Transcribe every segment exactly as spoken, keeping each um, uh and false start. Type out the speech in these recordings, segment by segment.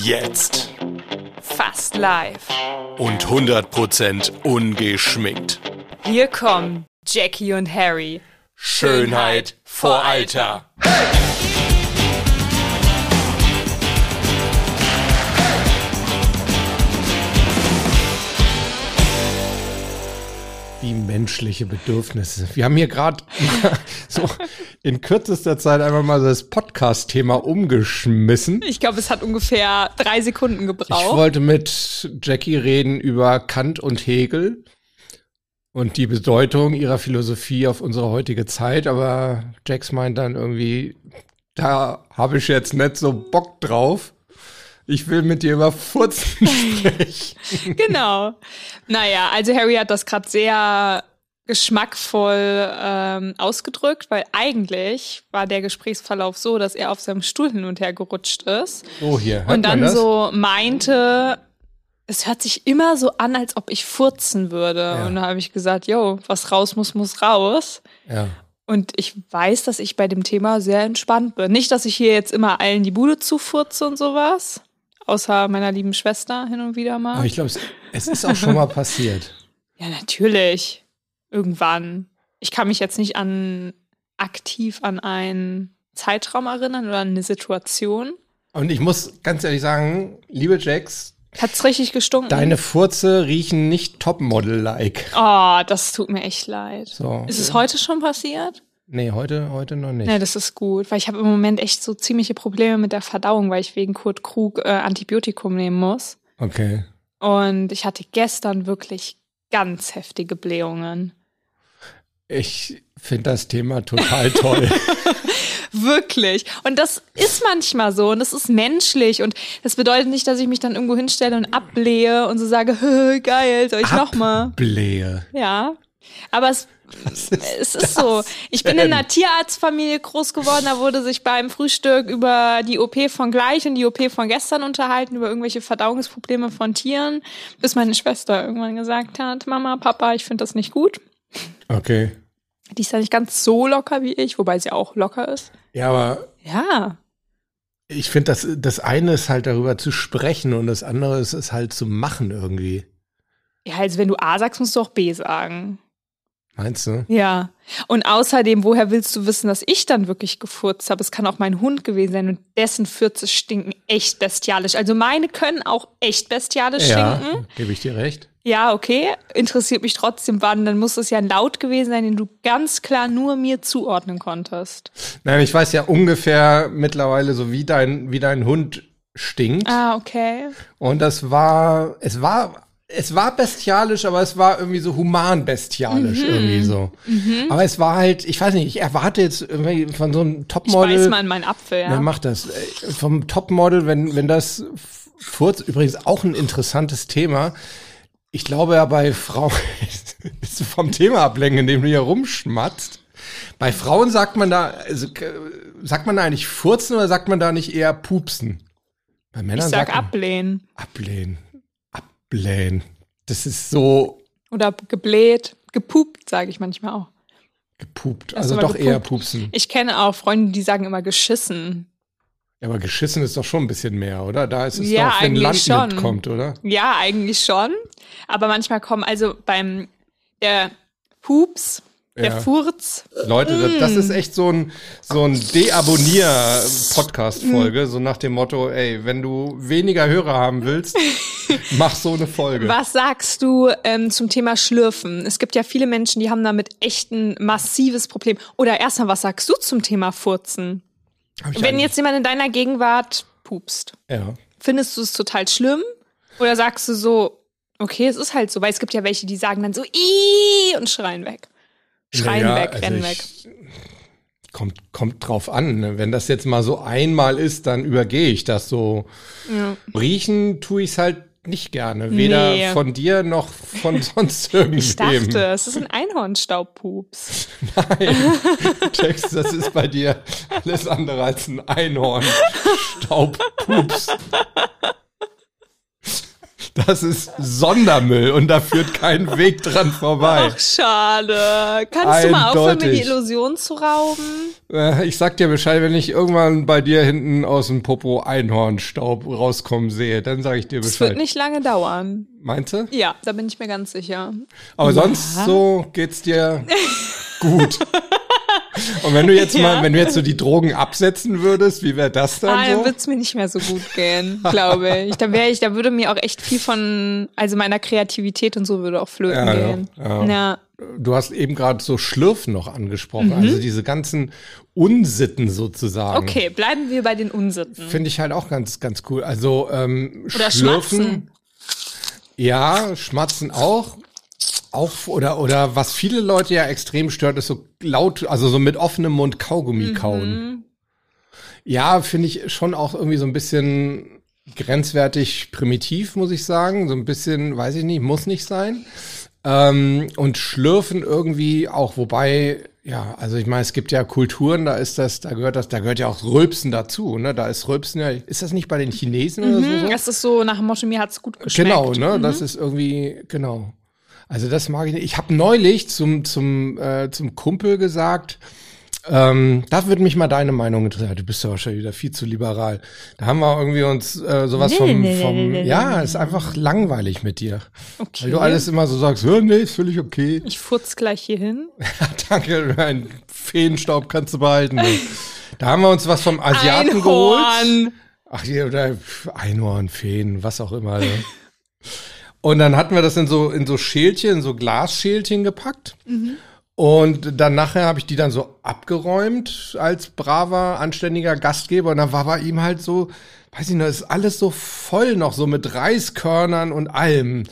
Jetzt. Fast live. Und hundert Prozent ungeschminkt. Hier kommen Jackie und Harry. Schönheit vor Alter. Wie menschliche Bedürfnisse. Wir haben hier gerade so in kürzester Zeit einfach mal das Podcast-Thema umgeschmissen. Ich glaube, es hat ungefähr drei Sekunden gebraucht. Ich wollte mit Jackie reden über Kant und Hegel und die Bedeutung ihrer Philosophie auf unsere heutige Zeit, aber Jax meint dann irgendwie, da habe ich jetzt nicht so Bock drauf. Ich will mit dir über Furzen sprechen. Genau. Naja, also Harry hat das gerade sehr geschmackvoll ähm, ausgedrückt, weil eigentlich war der Gesprächsverlauf so, dass er auf seinem Stuhl hin und her gerutscht ist. Oh, hier. Hört und dann man das? so meinte, es hört sich immer so an, als ob ich furzen würde. Ja. Und da habe ich gesagt, jo, was raus muss, muss raus. Ja. Und ich weiß, dass ich bei dem Thema sehr entspannt bin. Nicht, dass ich hier jetzt immer allen die Bude zufurze und sowas. Außer meiner lieben Schwester hin und wieder mal. Aber ich glaube, es, es ist auch schon mal passiert. Ja, natürlich. Irgendwann. Ich kann mich jetzt nicht an aktiv an einen Zeitraum erinnern oder an eine Situation. Und ich muss ganz ehrlich sagen, liebe Jax, hat's richtig gestunken? Deine Furze riechen nicht Topmodel-like. Oh, das tut mir echt leid. So. Ist es heute schon passiert? Nee, heute, heute noch nicht. Ja, das ist gut, weil ich habe im Moment echt so ziemliche Probleme mit der Verdauung, weil ich wegen Kurt Krug äh, Antibiotikum nehmen muss. Okay. Und ich hatte gestern wirklich ganz heftige Blähungen. Ich finde das Thema total toll. Wirklich. Und das ist manchmal so und das ist menschlich und das bedeutet nicht, dass ich mich dann irgendwo hinstelle und abblähe und so sage, geil, soll ich nochmal? Abblähe. Ja, aber es, es ist so. Ich bin in einer Tierarztfamilie groß geworden, da wurde sich beim Frühstück über die O P von gleich und die O P von gestern unterhalten, über irgendwelche Verdauungsprobleme von Tieren, bis meine Schwester irgendwann gesagt hat, Mama, Papa, ich finde das nicht gut. Okay. Die ist ja nicht ganz so locker wie ich, wobei sie auch locker ist. Ja, aber ja. Ich finde, das, das eine ist halt darüber zu sprechen und das andere ist es halt zu machen irgendwie. Ja, also wenn du A sagst, musst du auch B sagen. Meinst du? Ja. Und außerdem, woher willst du wissen, dass ich dann wirklich gefurzt habe? Es kann auch mein Hund gewesen sein und dessen Fürze stinken echt bestialisch. Also meine können auch echt bestialisch ja, stinken. Ja, gebe ich dir recht. Ja, okay. Interessiert mich trotzdem, wann. Dann muss es ja ein Laut gewesen sein, den du ganz klar nur mir zuordnen konntest. Nein, ich weiß ja ungefähr mittlerweile so, wie dein, wie dein Hund stinkt. Ah, okay. Und das war, es war... Es war bestialisch, aber es war irgendwie so human bestialisch mhm. irgendwie so. Mhm. Aber es war halt, ich weiß nicht, ich erwarte jetzt irgendwie von so einem Topmodel. Ich beiß mal in meinen Apfel, ja. Wer macht das? Vom Topmodel, wenn, wenn das Furz, übrigens auch ein interessantes Thema. Ich glaube ja bei Frauen, bist du vom Thema ablenken, indem du hier rumschmatzt. Bei Frauen sagt man da, also, sagt man da eigentlich furzen oder sagt man da nicht eher pupsen? Bei Männern ich sag sagt man, ablehnen. Ablehnen. Blähen. Das ist so. Oder gebläht, gepupt, sage ich manchmal auch. Gepupt, also doch gepupt. Eher pupsen. Ich kenne auch Freunde, die sagen immer geschissen. Ja, aber geschissen ist doch schon ein bisschen mehr, oder? Da ist es ja, doch, wenn Land schon. mitkommt, oder? Ja, eigentlich schon. Aber manchmal kommen, also beim der Pups, der ja. Furz. Leute, mm. das ist echt so ein, so ein Deabonnier-Podcast-Folge, mm. so nach dem Motto, ey, wenn du weniger Hörer haben willst, mach so eine Folge. Was sagst du ähm, zum Thema Schlürfen? Es gibt ja viele Menschen, die haben damit echt ein massives Problem. Oder erstmal, was sagst du zum Thema Furzen? Wenn jetzt jemand in deiner Gegenwart pupst, ja. findest du es total schlimm? Oder sagst du so, okay, es ist halt so, weil es gibt ja welche, die sagen dann so, Ih! Und schreien weg. Schreien naja, weg, also rennen ich, weg. Kommt, kommt drauf an. Ne? Wenn das jetzt mal so einmal ist, dann übergehe ich das so. Ja. Riechen tue ich es halt nicht gerne. Weder nee. von dir noch von sonst irgendwem. Ich dachte, es ist ein Einhornstaubpups. Nein, Jax, das ist bei dir alles andere als ein Einhornstaubpups. Das ist Sondermüll und da führt kein Weg dran vorbei. Ach, schade. Kannst du mal aufhören, mir die Illusion zu rauben? Äh, ich sag dir Bescheid, wenn ich irgendwann bei dir hinten aus dem Popo Einhornstaub rauskommen sehe, dann sage ich dir Bescheid. Das wird nicht lange dauern. Meinst du? Ja, da bin ich mir ganz sicher. Aber ja. sonst so geht's dir gut. Und wenn du jetzt ja. mal, wenn du jetzt so die Drogen absetzen würdest, wie wäre das dann ah, so? Dann würde es mir nicht mehr so gut gehen, glaube ich. Da wäre ich, da würde mir auch echt viel von, also meiner Kreativität und so würde auch flöten ja, gehen. Ja. Ja. Du hast eben gerade so Schlürfen noch angesprochen, mhm. also diese ganzen Unsitten sozusagen. Okay, bleiben wir bei den Unsitten. Finde ich halt auch ganz, ganz cool. Also ähm, Oder Schlürfen. Schmatzen. Ja, Schmatzen auch. Auch, oder, oder was viele Leute ja extrem stört, ist so laut, also so mit offenem Mund Kaugummi mhm. kauen. Ja, finde ich schon auch irgendwie so ein bisschen grenzwertig primitiv, muss ich sagen. So ein bisschen, weiß ich nicht, muss nicht sein. Ähm, und Schlürfen irgendwie auch, wobei, ja, also ich meine, es gibt ja Kulturen, da ist das, da gehört das, da gehört ja auch Rülpsen dazu, ne? Da ist Rülpsen ja, ist das nicht bei den Chinesen mhm, oder so? Das ist so nach dem Motto, mir hat's gut geschmeckt. Genau, ne? Mhm. Das ist irgendwie, genau. Also das mag ich nicht. Ich habe neulich zum zum äh, zum Kumpel gesagt, ähm, da würde mich mal deine Meinung interessieren. Du bist ja wahrscheinlich wieder viel zu liberal. Da haben wir irgendwie uns äh, sowas nee, vom, nee, vom nee, nee, ja, nee. ist einfach langweilig mit dir. Okay. Weil du alles immer so sagst, ja, nee, ist völlig okay. Ich futz gleich hier hin. Danke, ein Feenstaub kannst du behalten. Da haben wir uns was vom Asiaten Einhorn. geholt. Ach, hier, oder Einhorn, Feen, was auch immer. Ne? Und dann hatten wir das in so in so Schälchen, in so Glasschälchen gepackt. Mhm. Und dann nachher habe ich die dann so abgeräumt als braver, anständiger Gastgeber. Und dann war bei ihm halt so, weiß ich noch, ist alles so voll noch, so mit Reiskörnern und allem.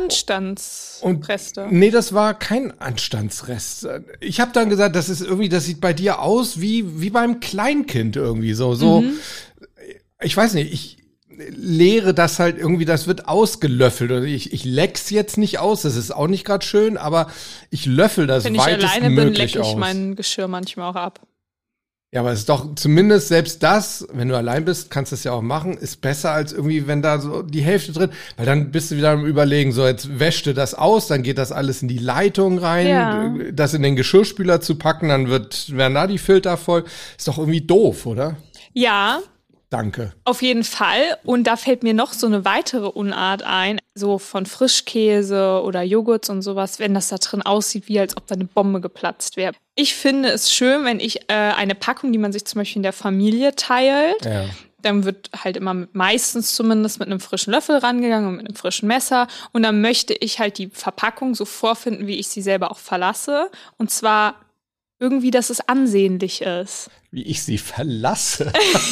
Anstandsreste. Nee, das war kein Anstandsrest. Ich habe dann gesagt, das ist irgendwie, das sieht bei dir aus wie wie beim Kleinkind irgendwie so. So, mhm. Ich weiß nicht, ich lehre das halt irgendwie, das wird ausgelöffelt. Also ich, ich leck's jetzt nicht aus, das ist auch nicht gerade schön, aber ich löffel das Wenn weitestmöglich aus. Wenn ich alleine bin, lecke ich mein Geschirr manchmal auch ab. Ja, aber es ist doch zumindest selbst das, wenn du allein bist, kannst du es ja auch machen, ist besser als irgendwie, wenn da so die Hälfte drin, weil dann bist du wieder am Überlegen, so jetzt wäschst du das aus, dann geht das alles in die Leitung rein, ja. das in den Geschirrspüler zu packen, dann wird, werden da die Filter voll. Ist doch irgendwie doof, oder? Ja. Danke. Auf jeden Fall. Und da fällt mir noch so eine weitere Unart ein, so von Frischkäse oder Joghurts und sowas, wenn das da drin aussieht, wie als ob da eine Bombe geplatzt wäre. Ich finde es schön, wenn ich äh, eine Packung, die man sich zum Beispiel in der Familie teilt, ja. dann wird halt immer mit, meistens zumindest mit einem frischen Löffel rangegangen und mit einem frischen Messer. Und dann möchte ich halt die Verpackung so vorfinden, wie ich sie selber auch verlasse. Und zwar irgendwie, dass es ansehnlich ist. Wie ich sie verlasse.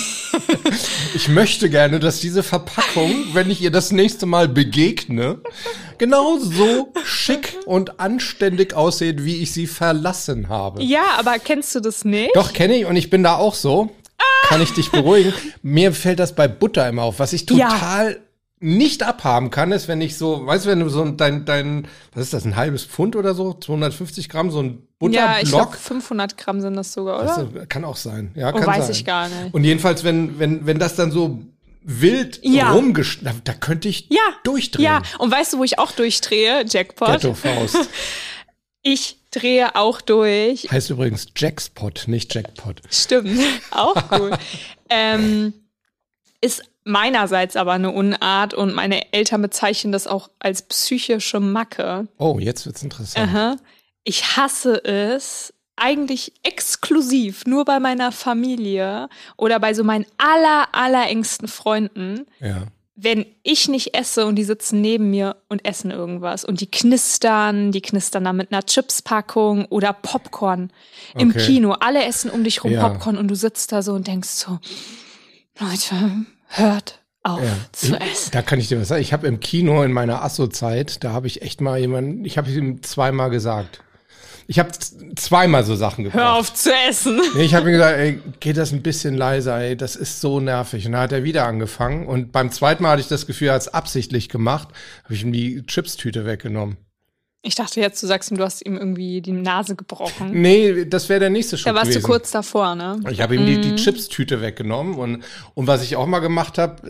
Ich möchte gerne, dass diese Verpackung, wenn ich ihr das nächste Mal begegne, genau so schick und anständig aussieht, wie ich sie verlassen habe. Ja, aber kennst du das nicht? Doch, kenne ich und ich bin da auch so. Kann ich dich beruhigen? Mir fällt das bei Butter immer auf, was ich total ja. nicht abhaben kann, ist, wenn ich so, weißt du, wenn du so dein, dein, was ist das, ein halbes Pfund oder so, zweihundertfünfzig Gramm, so ein Butterblock. Ja, ich glaube fünfhundert Gramm sind das sogar, oder? Das kann auch sein. Ja, oh, kann weiß sein. ich gar nicht. Und jedenfalls, wenn, wenn, wenn das dann so wild ja. rumgeschnappt, da, da könnte ich ja. durchdrehen. Ja, und weißt du, wo ich auch durchdrehe? Jackpot. Ghetto-Faust. Ich drehe auch durch. Heißt übrigens Jackspot, nicht Jackpot. Stimmt, auch gut. ähm, ist meinerseits aber eine Unart und meine Eltern bezeichnen das auch als psychische Macke. Oh, jetzt wird's interessant. Aha. Ich hasse es, eigentlich exklusiv nur bei meiner Familie oder bei so meinen aller, allerengsten Freunden, ja. wenn ich nicht esse und die sitzen neben mir und essen irgendwas und die knistern, die knistern dann mit einer Chipspackung oder Popcorn im okay. Kino. Alle essen um dich rum ja. Popcorn und du sitzt da so und denkst so, Leute, hört auf ja. zu ich, essen. Da kann ich dir was sagen. Ich habe im Kino in meiner Asso-Zeit, da habe ich echt mal jemanden, ich habe es ihm zweimal gesagt. Ich habe zweimal so Sachen gebraucht. Hör auf zu essen. Nee, ich habe ihm gesagt, ey, geht das ein bisschen leiser, ey, das ist so nervig. Und dann hat er wieder angefangen. Und beim zweiten Mal hatte ich das Gefühl, er hat es absichtlich gemacht, habe ich ihm die Chipstüte weggenommen. Ich dachte jetzt, du sagst ihm, du hast ihm irgendwie die Nase gebrochen. Nee, das wäre der nächste Schritt Da warst gewesen. du kurz davor, ne? Ich habe ihm die, mm. die Chipstüte weggenommen. Und, und was ich auch mal gemacht habe,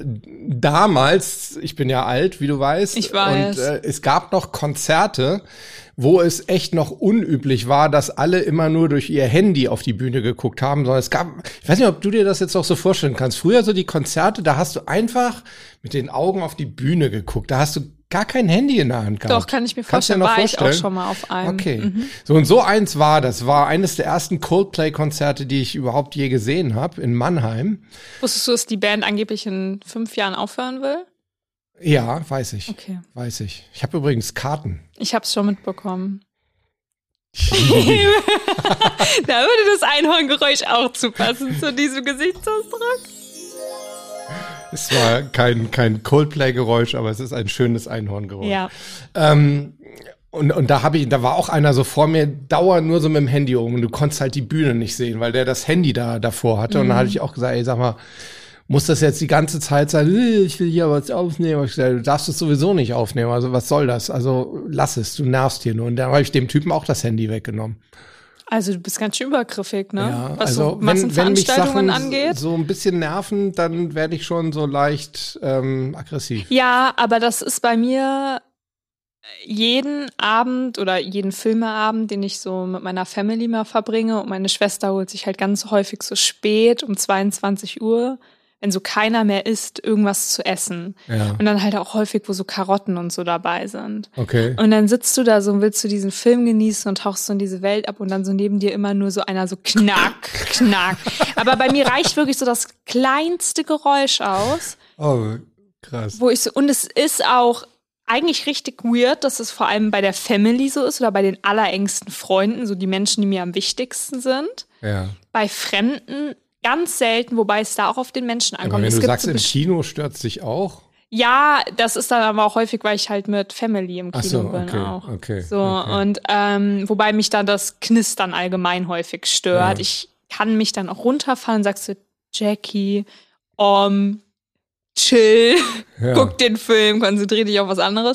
damals, ich bin ja alt, wie du weißt. Ich weiß. Und äh, es gab noch Konzerte, wo es echt noch unüblich war, dass alle immer nur durch ihr Handy auf die Bühne geguckt haben, sondern es gab, ich weiß nicht, ob du dir das jetzt auch so vorstellen kannst. Früher so die Konzerte, da hast du einfach mit den Augen auf die Bühne geguckt. Da hast du gar kein Handy in der Hand gehabt. Doch, kann ich mir vorstellen. Kannst du dir noch war vorstellen? ich auch schon mal auf einem. Okay. Mhm. So und so eins war, das war eines der ersten Coldplay-Konzerte, die ich überhaupt je gesehen habe, in Mannheim. Wusstest du, dass die Band angeblich in fünf Jahren aufhören will? Ja, weiß ich. Okay. Weiß ich. Ich habe übrigens Karten. Ich hab's schon mitbekommen. Da würde das Einhorngeräusch auch zupassen zu diesem Gesichtsausdruck. Es war kein, kein Coldplay-Geräusch, aber es ist ein schönes Einhorngeräusch. Ja. Ähm, und, und da habe ich, da war auch einer so vor mir, dauernd nur so mit dem Handy um und du konntest halt die Bühne nicht sehen, weil der das Handy da davor hatte. Mhm. Und da hatte ich auch gesagt, ey, sag mal, muss das jetzt die ganze Zeit sein? Ich will hier was aufnehmen. Ich gesagt, du darfst es sowieso nicht aufnehmen. Also was soll das? Also lass es, du nervst hier nur. Und dann habe ich dem Typen auch das Handy weggenommen. Also du bist ganz schön übergriffig, ne? Ja, was also so wenn, wenn mich Massenveranstaltungen Sachen angeht. so ein bisschen nerven, dann werde ich schon so leicht ähm, aggressiv. Ja, aber das ist bei mir jeden Abend oder jeden Filmeabend, den ich so mit meiner Family mal verbringe, und meine Schwester holt sich halt ganz häufig so spät um zweiundzwanzig Uhr, wenn so keiner mehr isst, irgendwas zu essen. Ja. Und dann halt auch häufig, wo so Karotten und so dabei sind. Okay. Und dann sitzt du da so und willst du diesen Film genießen und tauchst so in diese Welt ab und dann so neben dir immer nur so einer so knack, knack. Aber bei mir reicht wirklich so das kleinste Geräusch aus. Oh, krass. Wo ich so, und es ist auch eigentlich richtig weird, dass es vor allem bei der Family so ist oder bei den allerengsten Freunden, so die Menschen, die mir am wichtigsten sind. Ja. Bei Fremden ganz selten, wobei es da auch auf den Menschen ankommt. Aber wenn es du gibt sagst, so im Kino stört es dich auch? Ja, das ist dann aber auch häufig, weil ich halt mit Family im Kino Ach so, bin okay, auch. okay, so, okay. und ähm, wobei mich dann das Knistern allgemein häufig stört. Ja. Ich kann mich dann auch runterfahren und sagst du, Jackie, um, chill, Ja. guck den Film, konzentrier dich auf was anderes.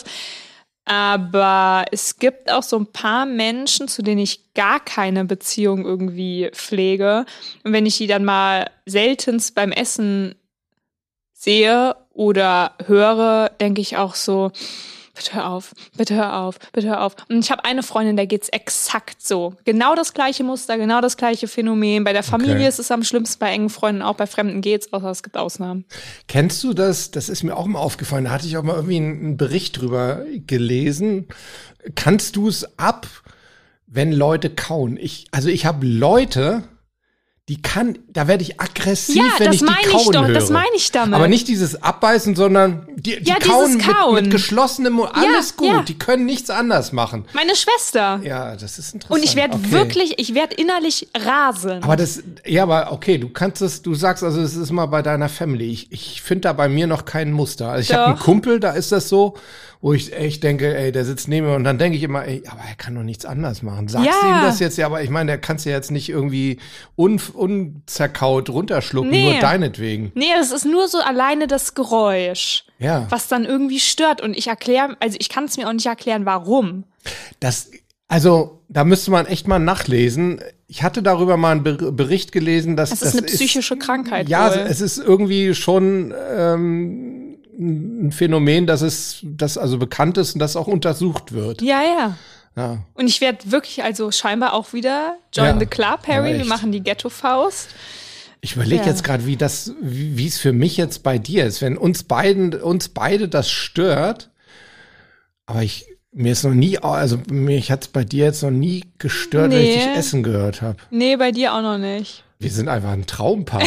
Aber es gibt auch so ein paar Menschen, zu denen ich gar keine Beziehung irgendwie pflege. Und wenn ich die dann mal seltenst beim Essen sehe oder höre, denke ich auch so, bitte hör auf, bitte hör auf, bitte hör auf. Und ich habe eine Freundin, der geht's exakt so. Genau das gleiche Muster, genau das gleiche Phänomen. Bei der Familie Okay. ist es am schlimmsten, bei engen Freunden auch, bei Fremden geht's, außer es gibt Ausnahmen. Kennst du das? Das ist mir auch mal aufgefallen. Da hatte ich auch mal irgendwie einen, einen Bericht drüber gelesen. Kannst du es ab, wenn Leute kauen? Ich, also ich habe Leute, die kann, da werde ich aggressiv, Ja, wenn das ich die meine ich kauen doch, höre. das meine ich damit. Aber nicht dieses Abbeißen, sondern die, die Ja, kauen, dieses Kauen. Mit, mit geschlossenem Mund. Alles gut, ja. die können nichts anders machen. Meine Schwester. Ja, das ist interessant. Und ich werde Okay. wirklich, ich werde innerlich rasen. Aber das, ja, aber okay, du kannst es, du sagst also, es ist mal bei deiner Family. Ich, ich finde da bei mir noch kein Muster. Also ich habe einen Doch. Kumpel, da ist das so, wo ich echt denke, ey, der sitzt neben mir und dann denke ich immer, ey, aber er kann doch nichts anders machen. Sagst Ja. du ihm das jetzt? Ja, aber ich meine, der kannst du jetzt nicht irgendwie un, unzerkaut runterschlucken, Nee. nur deinetwegen. Nee, es ist nur so alleine das Geräusch, Ja. was dann irgendwie stört. Und ich erkläre, also ich kann es mir auch nicht erklären, warum. Das, also, da müsste man echt mal nachlesen. Ich hatte darüber mal einen Ber- Bericht gelesen, dass Das ist eine psychische Krankheit Ja, wohl. es ist irgendwie schon ähm, ein Phänomen, dass es, das also bekannt ist und das auch untersucht wird. Ja, ja. Ja. Und ich werde wirklich, also scheinbar auch wieder join Ja. the club, Harry. Ja, Wir echt. machen die Ghetto-Faust. Ich überlege Ja. jetzt gerade, wie das, wie wie es für mich jetzt bei dir ist, wenn uns beiden, uns beide das stört. Aber ich, mir ist noch nie, also mich hat es bei dir jetzt noch nie gestört, wenn ich Nee. dich essen gehört habe. Nee, bei dir auch noch nicht. Wir sind einfach ein Traumpaar.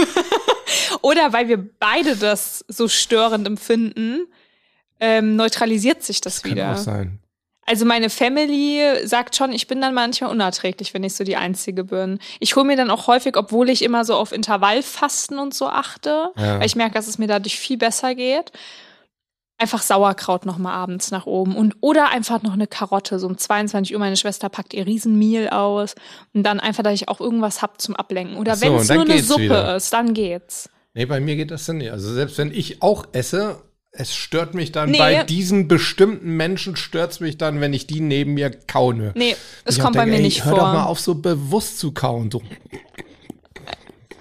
Oder weil wir beide das so störend empfinden, ähm, neutralisiert sich das, Kann wieder. auch sein. Also meine Family sagt schon, ich bin dann manchmal unerträglich, wenn ich so die Einzige bin. Ich hole mir dann auch häufig, obwohl ich immer so auf Intervallfasten und so achte, Ja. weil ich merke, dass es mir dadurch viel besser geht, einfach Sauerkraut noch mal abends nach oben und oder einfach noch eine Karotte. So um zweiundzwanzig Uhr, meine Schwester packt ihr Riesenmehl aus und dann einfach, dass ich auch irgendwas hab zum Ablenken. Oder Ach so, wenn es und dann nur eine geht's Suppe wieder. ist, dann geht's. Nee, bei mir geht das dann nicht. Also selbst wenn ich auch esse, es stört mich dann, Nee. bei diesen bestimmten Menschen stört's mich dann, wenn ich die neben mir kauen höre. Nee, es Ich auch kommt bei denke, mir ey, nicht hör vor. doch mal auf, so bewusst zu kauen. So.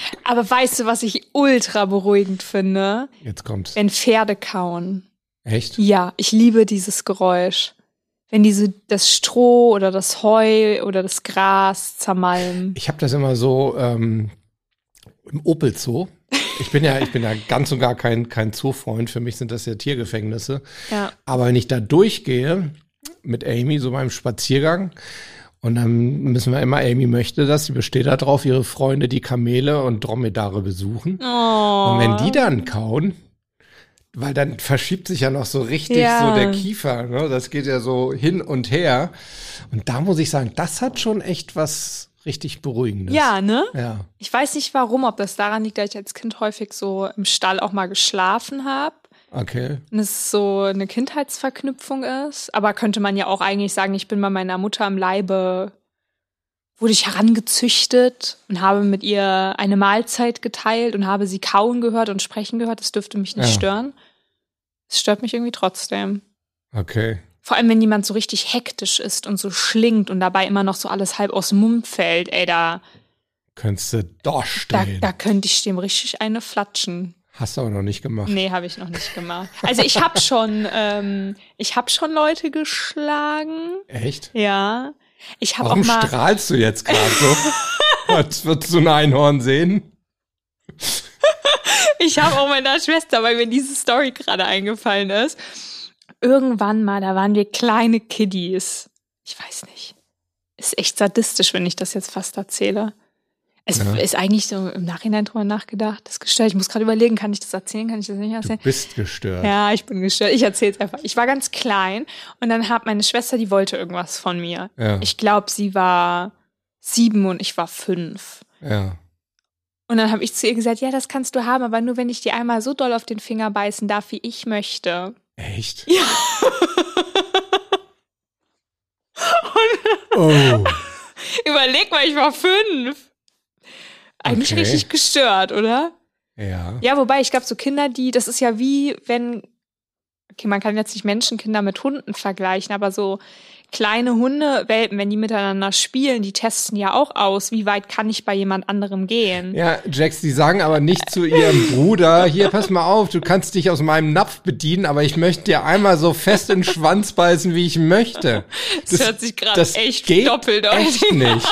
Aber weißt du, was ich ultra beruhigend finde? Jetzt kommt's. Wenn Pferde kauen. Echt? Ja, ich liebe dieses Geräusch. Wenn diese das Stroh oder das Heu oder das Gras zermalmen. Ich habe das immer so ähm, im Opel Zoo. Ich bin ja, ich bin ja ganz und gar kein, kein Zoofreund. Für mich sind das ja Tiergefängnisse. Ja. Aber wenn ich da durchgehe mit Amy, so beim Spaziergang, und dann müssen wir immer, Amy möchte das, sie besteht darauf, ihre Freunde, die Kamele und Dromedare besuchen. Oh. Und wenn die dann kauen, weil dann verschiebt sich ja noch so richtig Ja. so der Kiefer, ne? Das geht ja so hin und her. Und da muss ich sagen, das hat schon echt was richtig Beruhigendes. Ja, ne? Ja. Ich weiß nicht warum, ob das daran liegt, dass ich als Kind häufig so im Stall auch mal geschlafen habe. Okay. Und es so eine Kindheitsverknüpfung ist. Aber könnte man ja auch eigentlich sagen, ich bin bei meiner Mutter im Leibe, wurde ich herangezüchtet und habe mit ihr eine Mahlzeit geteilt und habe sie kauen gehört und sprechen gehört. Das dürfte mich nicht Ja. stören. Es stört mich irgendwie trotzdem. Okay. Vor allem, wenn jemand so richtig hektisch ist und so schlingt und dabei immer noch so alles halb aus dem Mund fällt. Ey, da, Könntest du doch da, stehen. da könnte ich dem richtig eine flatschen. Hast du aber noch nicht gemacht. Nee, habe ich noch nicht gemacht. Also ich habe schon, ähm, ich habe schon Leute geschlagen. Echt? Ja. Ich habe auch Warum mal. strahlst du jetzt gerade so? Als würdest du ein Einhorn sehen? Ich habe auch meiner Schwester, weil mir diese Story gerade eingefallen ist. Irgendwann mal, da waren wir kleine Kiddies. Ich weiß nicht. Ist echt sadistisch, wenn ich das jetzt fast erzähle. Es Ja. ist eigentlich so im Nachhinein drüber nachgedacht. Das ist gestört. Ich muss gerade überlegen, kann ich das erzählen, kann ich das nicht Du erzählen? bist gestört. Ja, ich bin gestört. Ich erzähle es einfach. Ich war ganz klein und dann hat meine Schwester, die wollte irgendwas von mir. Ja. Ich glaube, sie war sieben und ich war fünf. Ja. Und dann habe ich zu ihr gesagt, ja, das kannst du haben, aber nur, wenn ich dir einmal so doll auf den Finger beißen darf, wie ich möchte. Echt? Ja. Oh. Überleg mal, ich war fünf. Eigentlich Okay. richtig gestört, oder? Ja. Ja, wobei, ich glaube, so Kinder, die, das ist ja wie, wenn, okay, man kann jetzt nicht Menschenkinder mit Hunden vergleichen, aber so kleine Hundewelpen, wenn die miteinander spielen, die testen ja auch aus, wie weit kann ich bei jemand anderem gehen. Ja, Jax, die sagen aber nicht zu ihrem Bruder, hier, pass mal auf, du kannst dich aus meinem Napf bedienen, aber ich möchte dir einmal so fest in den Schwanz beißen, wie ich möchte. Das, hört sich gerade das echt geht doppeldeutig echt nicht.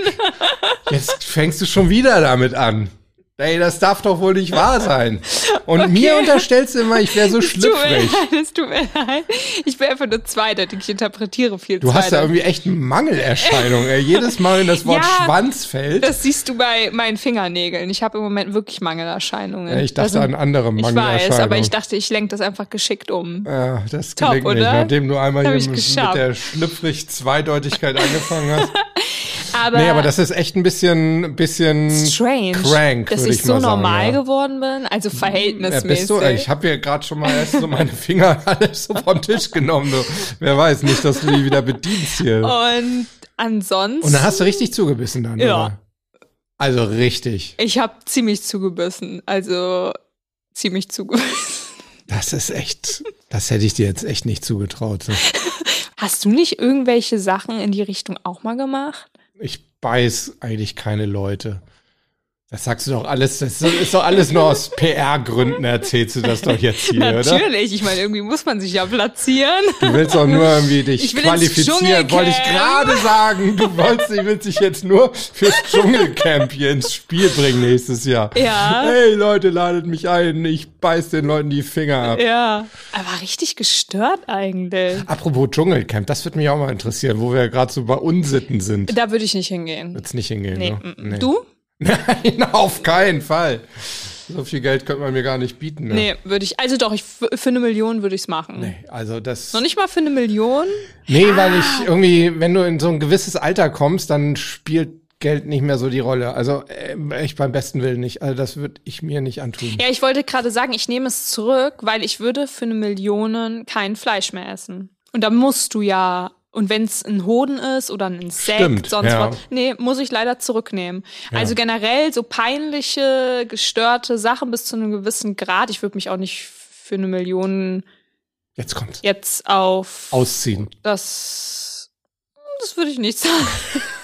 Jetzt fängst du schon wieder damit an. Ey, das darf doch wohl nicht wahr sein. Und Okay. mir unterstellst du immer, ich wäre so Es tut mir schlüpfrig. leid, es tut mir leid. Ich bin einfach nur zweideutig, ich interpretiere viel Du hast da zweideutig. irgendwie echt Mangelerscheinungen. Ey. Jedes Mal, wenn das Wort Ja, Schwanz fällt. Das siehst du bei meinen Fingernägeln. Ich habe im Moment wirklich Mangelerscheinungen. Ja, ich dachte Also, an andere Ich Mangelerscheinungen. weiß, aber ich dachte, ich lenke das einfach geschickt um. Ja, das Top, gelingt nicht, oder? nachdem du einmal Hab hier ich mit, mit geschafft. der schlüpfrig Zweideutigkeit angefangen hast. Aber, Nee, aber das ist echt ein bisschen, bisschen strange, crank, dass würde ich ich so mal sagen, normal ja. geworden bin. Also Ja, verhältnismäßig. bist du? Ich habe hier gerade schon mal erst so meine Finger alles so vom Tisch genommen. Du. Wer weiß nicht, dass du die wieder bedienst hier. Und ansonsten. Und dann hast du richtig zugebissen dann, Ja. oder? Also richtig. Ich habe ziemlich zugebissen. Also ziemlich zugebissen. Das ist echt, das hätte ich dir jetzt echt nicht zugetraut. So. Hast du nicht irgendwelche Sachen in die Richtung auch mal gemacht? Ich beiß eigentlich keine Leute. Das sagst du doch alles, das ist doch alles nur aus P R-Gründen, erzählst du das doch jetzt hier, oder? Natürlich, ich meine, irgendwie muss man sich ja platzieren. Du willst doch nur irgendwie dich Ich will ins qualifizieren, Dschungelcamp. wollte ich gerade sagen. Du wolltest, ich willst dich jetzt nur fürs Dschungelcamp hier ins Spiel bringen nächstes Jahr. Ja. Hey Leute, ladet mich ein, ich beiß den Leuten die Finger ab. Ja, aber richtig gestört eigentlich. Apropos Dschungelcamp, das würde mich auch mal interessieren, wo wir gerade so bei Unsitten sind. Da würde ich nicht hingehen. Wird's nicht hingehen, Nee. ne? mm, mm. Du? Nein, auf keinen Fall. So viel Geld könnte man mir gar nicht bieten. Ne? Nee, würde ich. Also doch, ich, für eine Million würde ich es machen. Nee, also das. Noch nicht mal für eine Million? Nee, weil ich irgendwie, wenn du in so ein gewisses Alter kommst, dann spielt Geld nicht mehr so die Rolle. Also äh, echt beim besten Willen nicht. Also das würde ich mir nicht antun. Ja, ich wollte gerade sagen, ich nehme es zurück, weil ich würde für eine Million kein Fleisch mehr essen. Und da musst du ja, und wenn es ein Hoden ist oder ein Insekt, Stimmt, sonst ja. was, nee, muss ich leider zurücknehmen. Ja. Also generell so peinliche, gestörte Sachen bis zu einem gewissen Grad. Ich würde mich auch nicht für eine Million Jetzt kommt's. jetzt auf Ausziehen. das, das würde ich nicht sagen.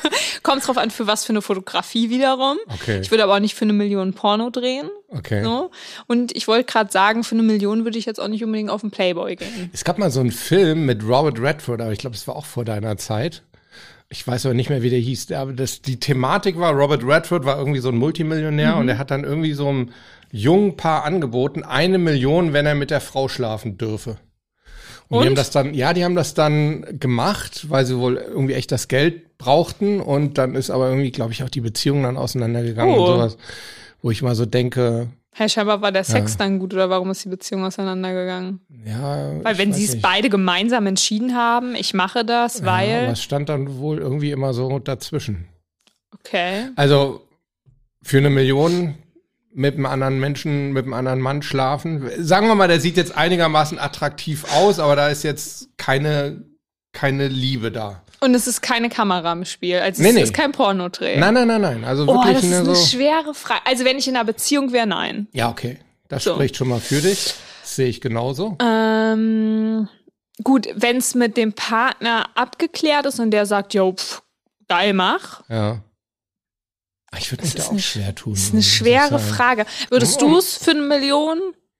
Kommt drauf an, für was für eine Fotografie wiederum. Okay. Ich würde aber auch nicht für eine Million Porno drehen. Okay. So. Und ich wollte gerade sagen, für eine Million würde ich jetzt auch nicht unbedingt auf den Playboy gehen. Es gab mal so einen Film mit Robert Redford, aber ich glaube, es war auch vor deiner Zeit. Ich weiß aber nicht mehr, wie der hieß. Aber das, die Thematik war, Robert Redford war irgendwie so ein Multimillionär mhm. und er hat dann irgendwie so einem jungen Paar angeboten, eine Million, wenn er mit der Frau schlafen dürfe. Und, und die haben das dann, ja, die haben das dann gemacht, weil sie wohl irgendwie echt das Geld brauchten und dann ist aber irgendwie, glaube ich, auch die Beziehung dann auseinandergegangen oh. und sowas, wo ich mal so denke. Herr Scheinbar war der Sex ja. dann gut oder warum ist die Beziehung auseinandergegangen? Ja. Weil wenn sie es beide gemeinsam entschieden haben, ich mache das, ja, weil. Aber es stand dann wohl irgendwie immer so dazwischen. Okay. Also für eine Million mit einem anderen Menschen, mit einem anderen Mann schlafen. Sagen wir mal, der sieht jetzt einigermaßen attraktiv aus, aber da ist jetzt keine, keine Liebe da. Und es ist keine Kamera im Spiel, also nee, es nee. ist kein Pornodreh. Nein, nein, nein, nein. Also oh, wirklich das ist eine, eine so schwere Frage. Also wenn ich in einer Beziehung wäre, nein. Ja, okay. Das so. spricht schon mal für dich. Das sehe ich genauso. Ähm, gut, wenn es mit dem Partner abgeklärt ist und der sagt, jo, pff, geil, mach. Ja. Ich würde mich da auch schwer tun. Das ist eine schwere Frage. Würdest du es für eine Million?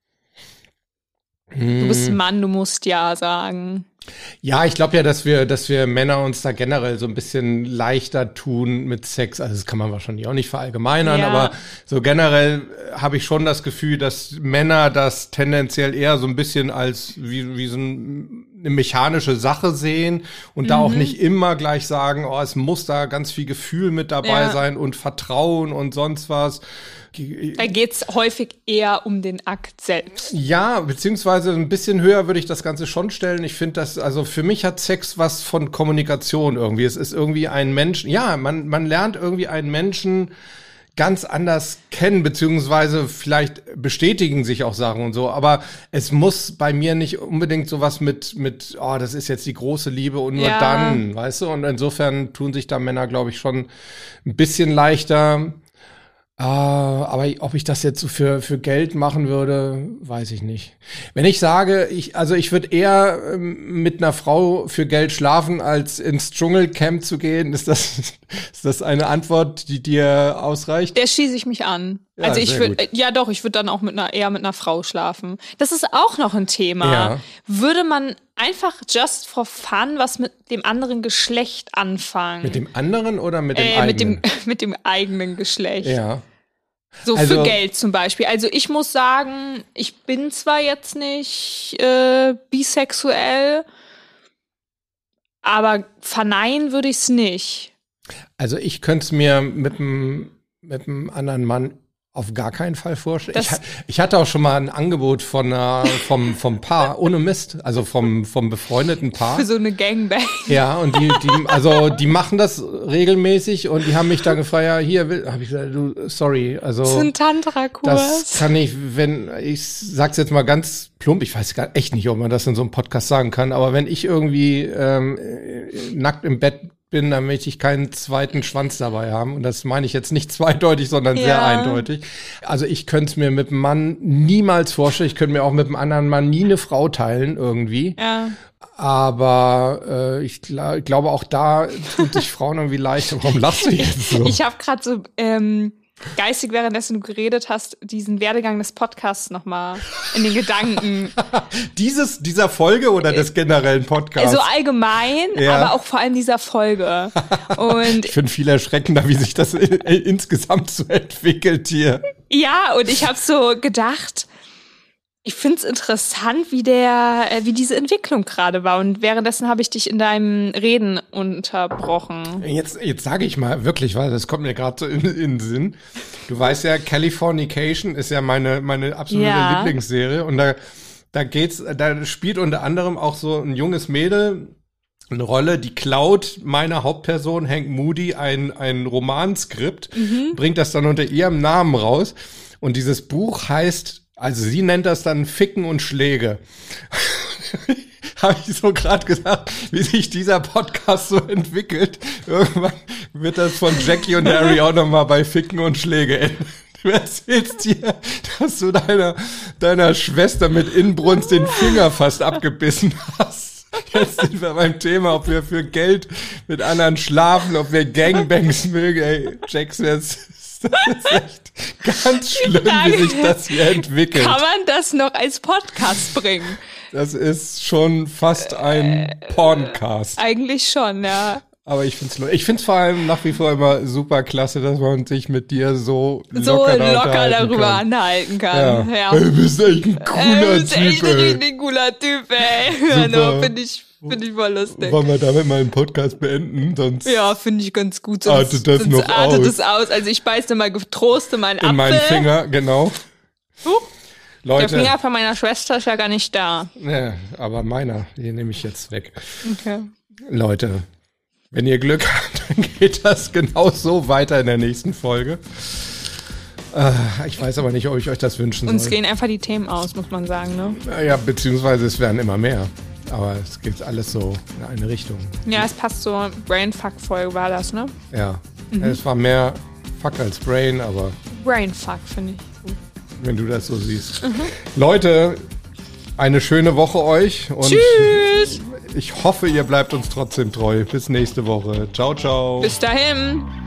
Hm. Du bist ein Mann, du musst ja sagen. Ja, ich glaube ja, dass wir, dass wir Männer uns da generell so ein bisschen leichter tun mit Sex. Also das kann man wahrscheinlich auch nicht verallgemeinern, ja. aber so generell habe ich schon das Gefühl, dass Männer das tendenziell eher so ein bisschen als wie, wie so ein, eine mechanische Sache sehen und mhm. da auch nicht immer gleich sagen, oh, es muss da ganz viel Gefühl mit dabei ja. sein und Vertrauen und sonst was. Da geht's häufig eher um den Akt selbst. Ja, beziehungsweise ein bisschen höher würde ich das Ganze schon stellen. Ich finde das, also für mich hat Sex was von Kommunikation irgendwie. Es ist irgendwie ein Mensch, ja, man, man lernt irgendwie einen Menschen ganz anders kennen, beziehungsweise vielleicht bestätigen sich auch Sachen und so, aber es muss bei mir nicht unbedingt sowas mit, mit, oh, das ist jetzt die große Liebe und nur ja. dann, weißt du, und insofern tun sich da Männer, glaube ich, schon ein bisschen leichter. Uh, aber ob ich das jetzt so für für Geld machen würde, weiß ich nicht. Wenn ich sage, ich also ich würde eher ähm, mit einer Frau für Geld schlafen, als ins Dschungelcamp zu gehen, ist das ist das eine Antwort, die dir ausreicht? Der schieße ich mich an. Ja, also ich würde ja doch, ich würde dann auch mit einer eher mit einer Frau schlafen. Das ist auch noch ein Thema. Ja. Würde man einfach just for fun was mit dem anderen Geschlecht anfangen? Mit dem anderen oder mit dem äh, eigenen? Mit dem mit dem eigenen Geschlecht. Ja. So also, für Geld zum Beispiel. Also ich muss sagen, ich bin zwar jetzt nicht äh, bisexuell, aber verneinen würde ich es nicht. Also ich könnte es mir mit einem mit einem anderen Mann auf gar keinen Fall vorstellen. Ich, ich hatte auch schon mal ein Angebot von einer, vom, vom Paar, ohne Mist, also vom, vom befreundeten Paar. Für so eine Gangbang. Ja, und die, die, also, die machen das regelmäßig und die haben mich dann gefragt, ja, hier, will, hab ich gesagt, du, sorry, also. Das ist ein Tantra-Kurs. Das kann ich, wenn, ich sag's jetzt mal ganz plump, ich weiß gar echt nicht, ob man das in so einem Podcast sagen kann, aber wenn ich irgendwie, ähm, nackt im Bett bin, dann möchte ich keinen zweiten Schwanz dabei haben. Und das meine ich jetzt nicht zweideutig, sondern ja. sehr eindeutig. Also ich könnte es mir mit einem Mann niemals vorstellen. Ich könnte mir auch mit einem anderen Mann nie eine Frau teilen irgendwie. Ja. Aber äh, ich, gl- ich glaube, auch da tut sich Frauen irgendwie leicht. Warum lachst du jetzt so? Ich habe gerade so ähm, geistig, währenddessen du geredet hast, diesen Werdegang des Podcasts nochmal in den Gedanken. Dieses, dieser Folge oder des generellen Podcasts? Also allgemein, ja. aber auch vor allem dieser Folge. Und ich finde viel erschreckender, wie sich das in, in, insgesamt so entwickelt hier. Ja, und ich habe so gedacht, ich find's interessant, wie der, äh, wie diese Entwicklung gerade war. Und währenddessen habe ich dich in deinem Reden unterbrochen. Jetzt, jetzt sage ich mal wirklich, weil das kommt mir gerade so in, in den Sinn. Du weißt ja, Californication ist ja meine meine absolute ja. Lieblingsserie und da da geht's, da spielt unter anderem auch so ein junges Mädel eine Rolle, die klaut meiner Hauptperson Hank Moody ein ein Romanskript, mhm. bringt das dann unter ihrem Namen raus und dieses Buch heißt, also sie nennt das dann Ficken und Schläge. Habe ich so gerade gesagt, wie sich dieser Podcast so entwickelt. Irgendwann wird das von Jackie und Harry auch nochmal bei Ficken und Schläge enden. Du erzählst dir, dass du deiner, deiner Schwester mit Inbrunst den Finger fast abgebissen hast. Jetzt sind wir beim Thema, ob wir für Geld mit anderen schlafen, ob wir Gangbangs mögen. Ey, Jax, jetzt das ist echt ganz schlimm, wie sich das hier entwickelt. Kann man das noch als Podcast bringen? Das ist schon fast ein äh, Porncast. Eigentlich schon, ja. Aber ich find's, ich find's vor allem nach wie vor immer super klasse, dass man sich mit dir so so locker, locker darüber kann. anhalten kann. Ja. Ja. Hey, du bist echt ein cooler äh, du bist Typ, echt ein ey. richtig cooler Typ, ey. Ja, no, finde ich, find ich voll lustig. Wollen wir damit mal einen Podcast beenden? Sonst ja, finde ich ganz gut. Sonst, artet das noch artet aus. es aus. Also ich beiße mal getrost in meinen in Apfel. meinen Finger, genau. Huh. Leute. Der Finger von meiner Schwester ist ja gar nicht da. Ja, aber meiner, den nehme ich jetzt weg. Okay. Leute, wenn ihr Glück habt, dann geht das genau so weiter in der nächsten Folge. Äh, ich weiß aber nicht, ob ich euch das wünschen soll. Uns gehen einfach die Themen aus, muss man sagen, ne? Ja, beziehungsweise es werden immer mehr. Aber es geht alles so in eine Richtung. Ja, es passt so. Brainfuck-Folge war das, ne? Ja. Mhm. Es war mehr Fuck als Brain, aber... Brainfuck, finde ich gut. Wenn du das so siehst. Mhm. Leute, eine schöne Woche euch. Und tschüss! Ich hoffe, ihr bleibt uns trotzdem treu. Bis nächste Woche. Ciao, ciao. Bis dahin.